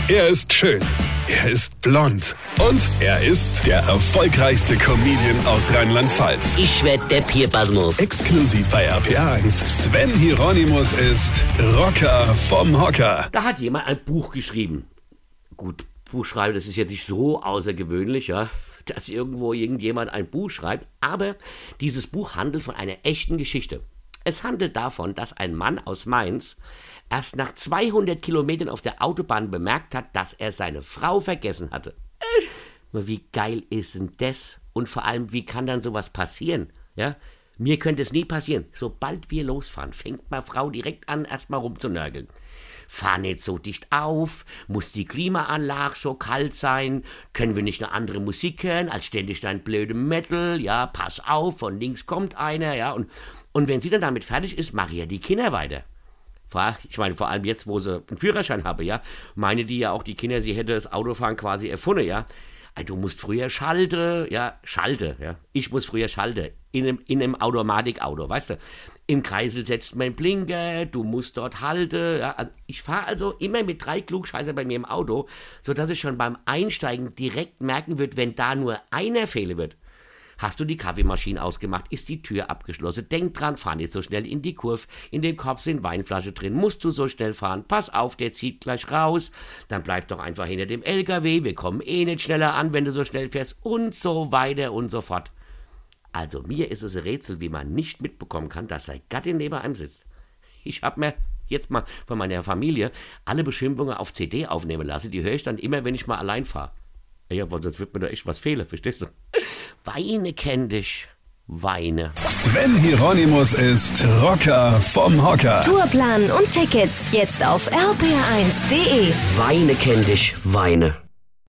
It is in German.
Er ist schön. Er ist blond. Und er ist der erfolgreichste Comedian aus Rheinland-Pfalz. Ich werd der Pierpasmus. Exklusiv bei RPA1. Sven Hieronymus ist Rocker vom Hocker. Da hat jemand ein Buch geschrieben. Gut, Buchschreiben, das ist jetzt nicht so außergewöhnlich, ja, dass irgendjemand ein Buch schreibt. Aber dieses Buch handelt von einer echten Geschichte. Es handelt davon, dass ein Mann aus Mainz erst nach 200 Kilometern auf der Autobahn bemerkt hat, dass er seine Frau vergessen hatte. Wie geil ist denn das? Und vor allem, wie kann dann sowas passieren? Ja? Mir könnte es nie passieren. Sobald wir losfahren, fängt meine Frau direkt an, erstmal rumzunörgeln. Fahr nicht so dicht auf, muss die Klimaanlage so kalt sein, können wir nicht eine andere Musik hören, als ständig dein blöde Metal, ja, pass auf, von links kommt einer, ja, und wenn sie dann damit fertig ist, mache ich ja die Kinder weiter. Ich meine, vor allem jetzt, wo sie einen Führerschein habe, ja, meine die ja auch, die Kinder, sie hätte das Autofahren quasi erfunden, ja. Du musst früher schalte, ja. Ich muss früher schalte. In einem Automatikauto, weißt du. Im Kreisel setzt mein Blinker, du musst dort halten, ja. Ich fahre also immer mit 3 Klugscheißer bei mir im Auto, sodass ich schon beim Einsteigen direkt merken wird, wenn da nur einer fehlen wird. Hast du die Kaffeemaschine ausgemacht? Ist die Tür abgeschlossen? Denk dran, fahr nicht so schnell in die Kurve. In dem Korb sind Weinflasche drin. Musst du so schnell fahren? Pass auf, der zieht gleich raus. Dann bleib doch einfach hinter dem LKW. Wir kommen eh nicht schneller an, wenn du so schnell fährst. Und so weiter und so fort. Also mir ist es ein Rätsel, wie man nicht mitbekommen kann, dass seine Gattin neben einem sitzt. Ich hab mir jetzt mal von meiner Familie alle Beschimpfungen auf CD aufnehmen lassen. Die höre ich dann immer, wenn ich mal allein fahre. Ja, weil sonst wird mir da echt was fehlen, verstehst du? Weine kenn dich, weine. Sven Hieronymus ist Rocker vom Hocker. Tourplan und Tickets jetzt auf rpa1.de. Weine kenn dich, weine.